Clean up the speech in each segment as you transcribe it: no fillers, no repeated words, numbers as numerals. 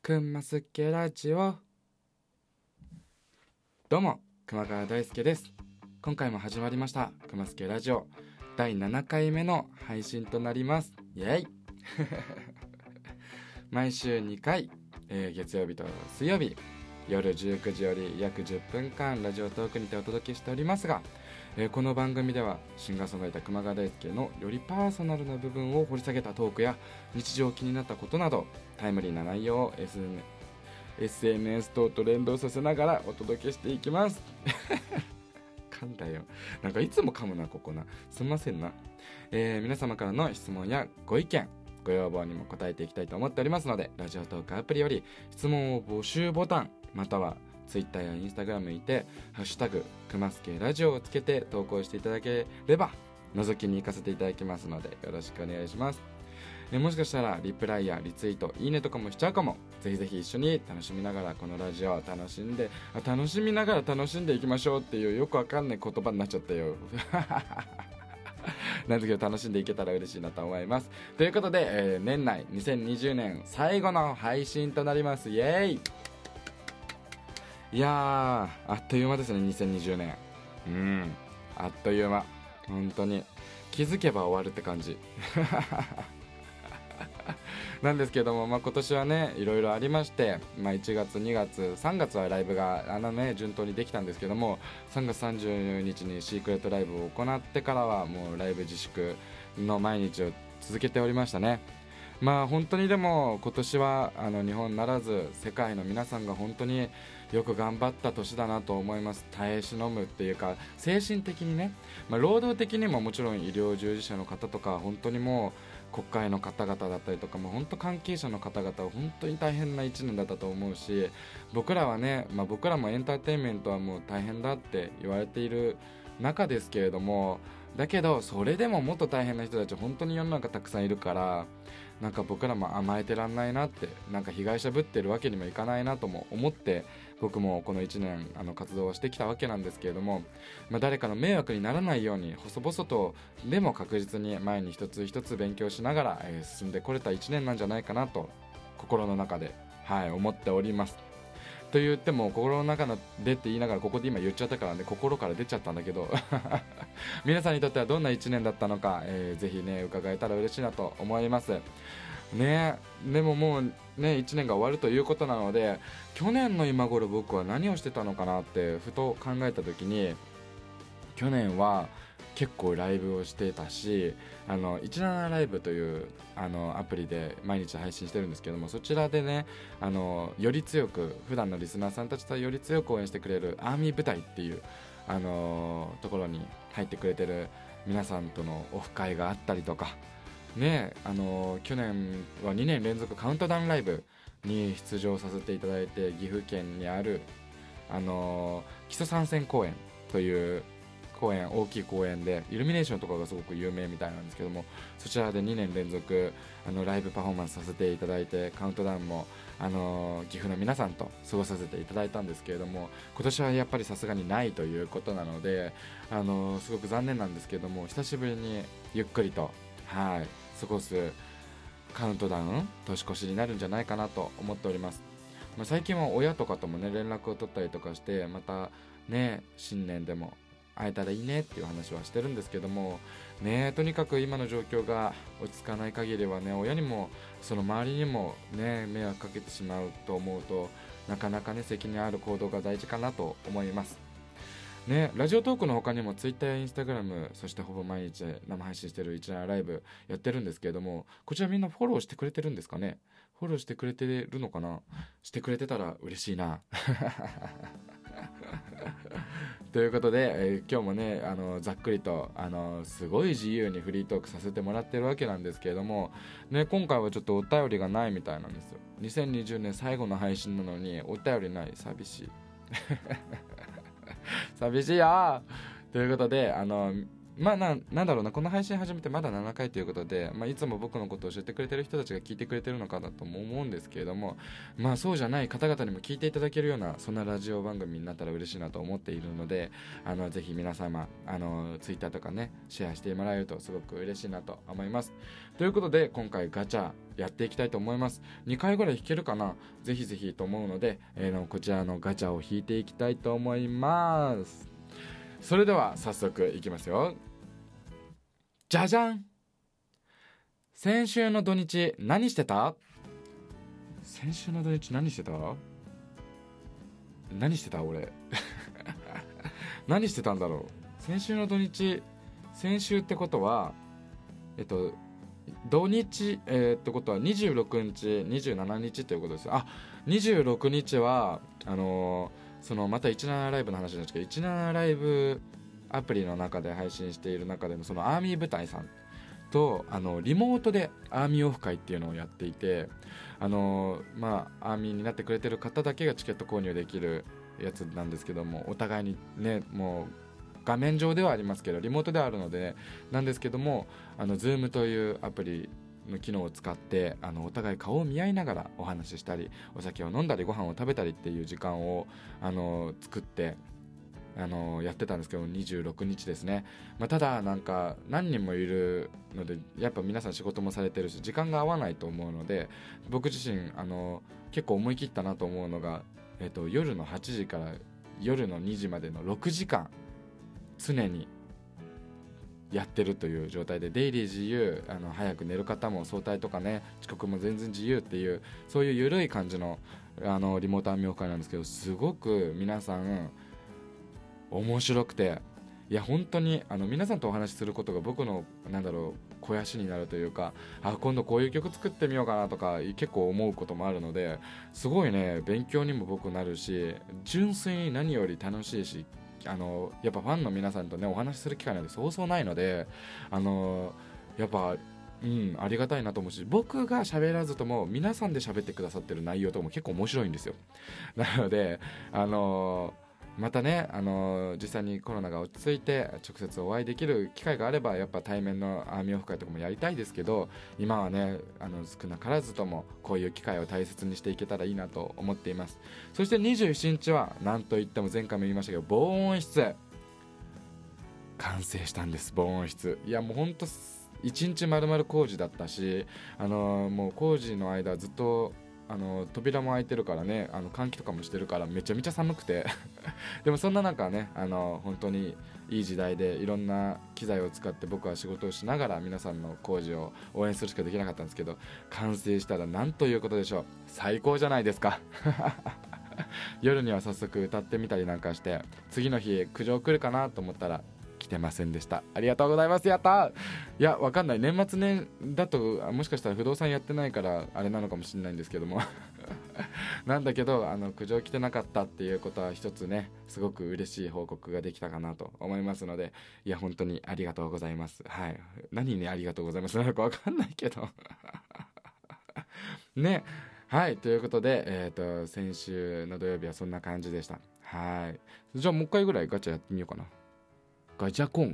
くんますけラジオ。どうも熊川大輔です。今回も始まりましたくますけラジオ第7回目の配信となります。イエイ毎週2回、月曜日と水曜日夜19時より約10分間ラジオトークにてお届けしておりますが、この番組ではシンガーソングライター熊川大輔のよりパーソナルな部分を掘り下げたトークや日常気になったことなどタイムリーな内容を SNS 等と連動させながらお届けしていきます噛んだよ。なんかいつも噛むなここな。すんませんな。皆様からの質問やご意見ご要望にも答えていきたいと思っておりますので、ラジオトークアプリより質問を募集ボタンまたはTwitter や Instagram にてハッシュタグくますけラジオをつけて投稿していただければ覗きに行かせていただきますのでよろしくお願いします。もしかしたらリプライやリツイートいいねとかもしちゃうかも。ぜひぜひ一緒に楽しみながらこのラジオを楽しみながら楽しんでいきましょうっていうよくわかんない言葉になっちゃったよなんだけど楽しんでいけたら嬉しいなと思います。ということで、年内2020年最後の配信となります。イエーイ。いやーあっという間ですね2020年。あっという間本当に気づけば終わるって感じなんですけども、今年はねいろいろありまして、1月2月3月はライブが順当にできたんですけども、3月30日にシークレットライブを行ってからはもうライブ自粛の毎日を続けておりましたね。本当にでも今年は日本ならず世界の皆さんが本当によく頑張った年だなと思います。耐え忍むっていうか精神的にね、労働的にももちろん医療従事者の方とか本当にもう国会の方々だったりとか本当関係者の方々は本当に大変な1年だったと思うし、僕らはね、僕らもエンターテインメントはもう大変だって言われている中ですけれども、だけどそれでももっと大変な人たち本当に世の中たくさんいるから、なんか僕らも甘えてらんないなって、なんか被害者ぶってるわけにもいかないなとも思って僕もこの1年活動をしてきたわけなんですけれども、誰かの迷惑にならないように細々とでも確実に前に一つ一つ勉強しながら、進んでこれた1年なんじゃないかなと心の中で、思っております。と言っても心の中でって言いながらここで今言っちゃったからね、心から出ちゃったんだけど皆さんにとってはどんな1年だったのか、ぜひね伺えたら嬉しいなと思いますね。でももうね1年が終わるということなので、去年の今頃僕は何をしてたのかなってふと考えた時に、去年は結構ライブをしてたし、17ライブというアプリで毎日配信してるんですけども、そちらでねより強く普段のリスナーさんたちとより強く応援してくれるアーミー部隊っていうところに入ってくれてる皆さんとのオフ会があったりとかね、去年は2年連続カウントダウンライブに出場させていただいて、岐阜県にある基礎参戦公園という公園、大きい公園でイルミネーションとかがすごく有名みたいなんですけども、そちらで2年連続ライブパフォーマンスさせていただいて、カウントダウンも岐阜の皆さんと過ごさせていただいたんですけれども、今年はやっぱりさすがにないということなので、すごく残念なんですけども、久しぶりにゆっくりと過ごすカウントダウン年越しになるんじゃないかなと思っております。最近は親とかともね連絡を取ったりとかして、またね新年でも会えたらいいねっていう話はしてるんですけどもね、とにかく今の状況が落ち着かない限りはね、親にもその周りにもね迷惑かけてしまうと思うと、なかなかね責任ある行動が大事かなと思いますね。ラジオトークの他にも Twitter や Instagram、 そしてほぼ毎日生配信してる17ライブやってるんですけれども、こちらみんなフォローしてくれてるんですかね。フォローしてくれてるのかな。してくれてたら嬉しいなということで、今日もねざっくりとすごい自由にフリートークさせてもらってるわけなんですけれども、ね、今回はちょっとお便りがないみたいなんですよ。2020年最後の配信なのにお便りない。寂しい寂しいよ。ということでなんだろうな、この配信始めてまだ7回ということで、いつも僕のことを教えてくれてる人たちが聞いてくれてるのかなとも思うんですけれども、そうじゃない方々にも聞いていただけるような、そんなラジオ番組になったら嬉しいなと思っているので、ぜひ皆様ツイッターとかねシェアしてもらえるとすごく嬉しいなと思います。ということで今回ガチャやっていきたいと思います。2回ぐらい引けるかな、ぜひぜひと思うので、こちらのガチャを引いていきたいと思います。それでは早速いきますよ。じゃじゃん。先週の土日何してた？先週の土日何してた俺何してたんだろう。先週の土日、先週ってことは土日ってことは26日27日ということです。26日はそのまた17ライブの話なんですけど、17ライブアプリの中で配信している中でも、そのアーミー部隊さんとリモートでアーミーオフ会っていうのをやっていて、アーミーになってくれてる方だけがチケット購入できるやつなんですけども、お互いにね、もう画面上ではありますけどリモートではあるのでなんですけども、Zoom というアプリの機能を使ってお互い顔を見合いながらお話ししたり、お酒を飲んだりご飯を食べたりっていう時間を作ってやってたんですけど、26日ですね。ただなんか何人もいるのでやっぱ皆さん仕事もされてるし時間が合わないと思うので、僕自身結構思い切ったなと思うのが、夜の8時から夜の2時までの6時間常にやってるという状態で、出入り自由、早く寝る方も早退とかね、遅刻も全然自由っていう、そういう緩い感じのリモートアーミーオフ会なんですけど、すごく皆さん面白くて、いや本当に皆さんとお話しすることが僕の肥やしになるというか、今度こういう曲作ってみようかなとか結構思うこともあるので、すごいね勉強にも僕なるし、純粋に何より楽しいし、やっぱファンの皆さんとねお話しする機会なんてそうそうないので、やっぱありがたいなと思うし、僕が喋らずとも皆さんで喋ってくださってる内容とかも結構面白いんですよ。なのでまたね、実際にコロナが落ち着いて直接お会いできる機会があれば、やっぱ対面のアーミーオフ会とかもやりたいですけど、今はね少なからずともこういう機会を大切にしていけたらいいなと思っています。そして27日はなんといっても前回も言いましたけど、防音室完成したんです。防音室、いやもうほんと1日丸々工事だったし、もう工事の間ずっと扉も開いてるからね、換気とかもしてるからめちゃめちゃ寒くてでもそんな中ね本当にいい時代でいろんな機材を使って僕は仕事をしながら皆さんの工事を応援するしかできなかったんですけど、完成したらなんということでしょう、最高じゃないですか夜には早速歌ってみたりなんかして、次の日苦情来るかなと思ったら来てませんでした。ありがとうございます。やった。いやわかんない、年末年だともしかしたら不動産やってないからあれなのかもしれないんですけどもなんだけど苦情来てなかったっていうことは一つね、すごく嬉しい報告ができたかなと思いますので、いや本当にありがとうございます。はい、何にありがとうございますなのかわかんないけどね。はい、ということで、先週の土曜日はそんな感じでした。はい、じゃあもう一回ぐらいガチャやってみようかな。ガチャコン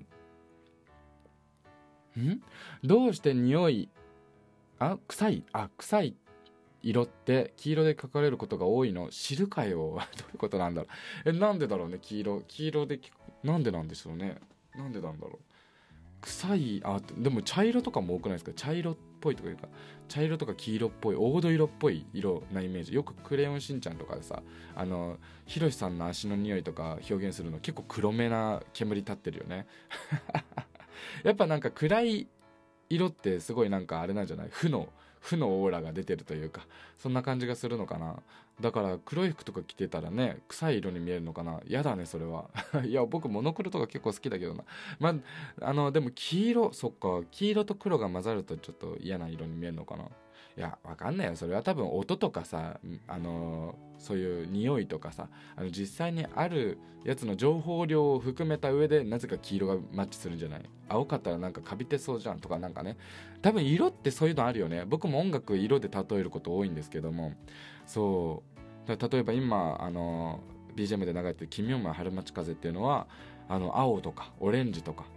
どうして匂い臭い色って黄色で書かれることが多いの知るかよどういうことなんだろう。なんでだろうね。黄色でなんでなんでしょうね。なんでなんだろう。臭いでも茶色とかも多くないですか。茶色っぽいとかいうか、茶色とか黄色っぽい黄土色っぽい色なイメージ。よくクレヨンしんちゃんとかでさ、ひろしさんの足の匂いとか表現するの結構黒めな煙立ってるよねやっぱなんか暗い色ってすごいなんかあれなんじゃない、負のオーラが出てるというか、そんな感じがするのかな。だから黒い服とか着てたらね臭い色に見えるのかな。やだねそれはいや僕モノクロとか結構好きだけどな。でも黄色、そっか、黄色と黒が混ざるとちょっと嫌な色に見えるのかな。いやわかんないよ、それは多分音とかさ、そういう匂いとかさ、実際にあるやつの情報量を含めた上でなぜか黄色がマッチするんじゃない。青かったらなんかカビてそうじゃんとかなんかね、多分色ってそういうのあるよね。僕も音楽色で例えること多いんですけども、そう例えば今BGM で流れてる「君を舞う春待ち風」っていうのは青とかオレンジとか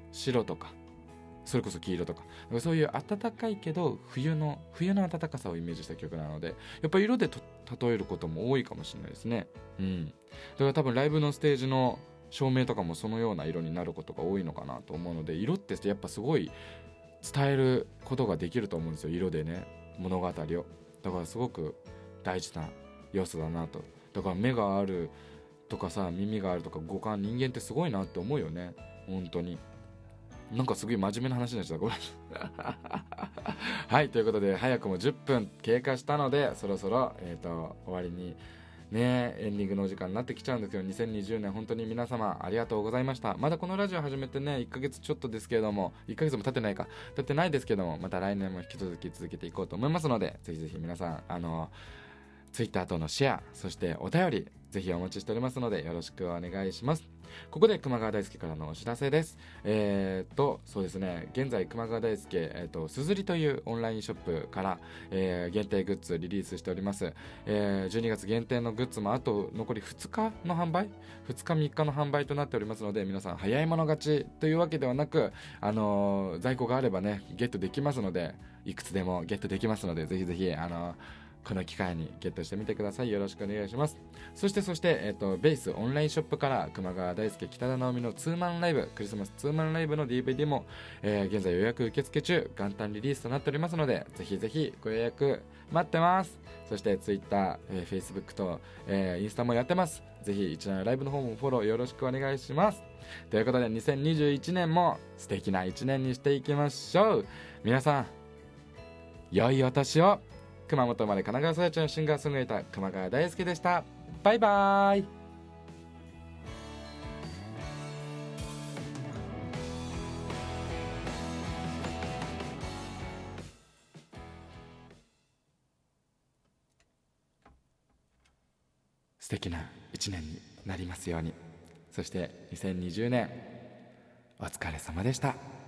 白とかそれこそ黄色とか、そういう暖かいけど冬の暖かさをイメージした曲なので、やっぱり色で例えることも多いかもしれないですね。だから多分ライブのステージの照明とかもそのような色になることが多いのかなと思うので、色ってやっぱすごい伝えることができると思うんですよ、色でね、物語を。だからすごく大事な要素だなと。だから目があるとかさ、耳があるとか五感、人間ってすごいなって思うよね、本当に。なんかすごい真面目な話になっちゃった、ごめんはい、ということで早くも10分経過したので、そろそろ、終わりにね、エンディングのお時間になってきちゃうんですけど、2020年本当に皆様ありがとうございました。まだこのラジオ始めてね1ヶ月ちょっとですけれども、1ヶ月も経ってないですけども、また来年も引き続き続けていこうと思いますので、ぜひぜひ皆さんツイッターとのシェア、そしてお便りぜひお待ちしておりますのでよろしくお願いします。ここで熊川大輔からのお知らせです。そうですね、現在熊川大輔、すずりというオンラインショップから、限定グッズリリースしております。12月限定のグッズもあと残り2日の販売、2日3日の販売となっておりますので、皆さん早い者勝ちというわけではなく、在庫があればねゲットできますので、いくつでもゲットできますので、ぜひぜひこの機会にゲットしてみてください。よろしくお願いします。そして、ベースオンラインショップから熊川大輔北田直美のツーマンライブ、クリスマスツーマンライブの DVD も、現在予約受付中、元旦リリースとなっておりますので、ぜひぜひご予約待ってます。そして Twitter、Facebook と、インスタもやってます。ぜひ一覧ライブの方もフォローよろしくお願いします。ということで2021年も素敵な1年にしていきましょう。皆さん良いお年を。熊本生まれ神奈川育ちのシンガーソングライター熊川大輔でした。バイバーイ。素敵な1年になりますように。そして2020年お疲れ様でした。